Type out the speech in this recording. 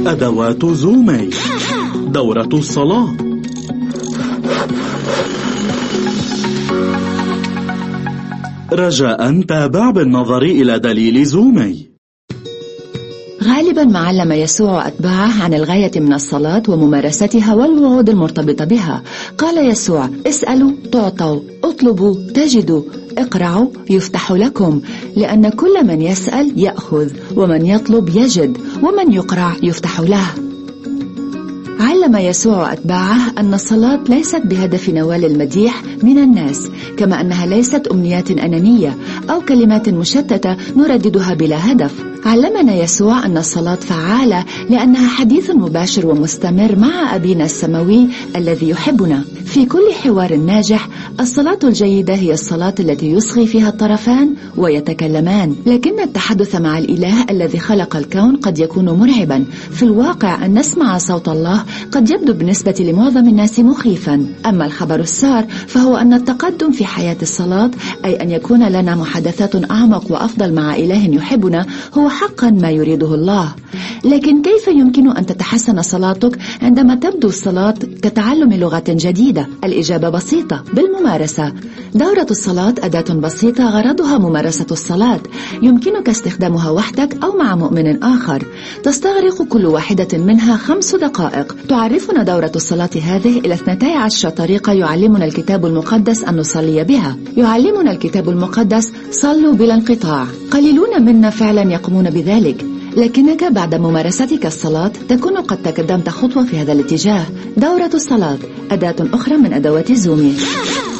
أدوات زومي. دورة الصلاة. رجاء تابع بالنظر إلى دليل زومي. غالبا ما علم يسوع أتباعه عن الغاية من الصلاة وممارستها والوعود المرتبطة بها. قال يسوع: اسألوا تعطوا، اطلبوا تجدوا، اقرعوا يفتح لكم، لأن كل من يسأل يأخذ، ومن يطلب يجد، ومن يقرع يفتح له. علم يسوع أتباعه أن الصلاة ليست بهدف نوال المديح من الناس، كما أنها ليست أمنيات أنانية أو كلمات مشتتة نرددها بلا هدف. علمنا يسوع أن الصلاة فعالة لأنها حديث مباشر ومستمر مع أبينا السماوي الذي يحبنا. في كل حوار ناجح، الصلاة الجيدة هي الصلاة التي يصغي فيها الطرفان ويتكلمان. لكن التحدث مع الإله الذي خلق الكون قد يكون مرعبا. في الواقع أن نسمع صوت الله قد يبدو بالنسبة لمعظم الناس مخيفا. أما الخبر السار فهو أن التقدم في حياة الصلاة، أي أن يكون لنا محادثات أعمق وأفضل مع إله يحبنا، هو حقا ما يريده الله. لكن كيف يمكن أن تتحسن صلاتك عندما تبدو الصلاة كتعلم لغة جديدة؟ الإجابة بسيطة: بالممارسة. دورة الصلاة أداة بسيطة غرضها ممارسة الصلاة. يمكنك استخدامها وحدك أو مع مؤمن آخر. تستغرق كل واحدة منها 5 دقائق. تعرفنا دورة الصلاة هذه إلى 12 طريقة يعلمنا الكتاب المقدس أن نصلي بها. يعلمنا الكتاب المقدس: صلوا بلا انقطاع. قليلون منا فعلا يقومون بذلك، لكنك بعد ممارستك الصلاة تكون قد تقدمت خطوة في هذا الاتجاه. دورة الصلاة أداة أخرى من أدوات زومي.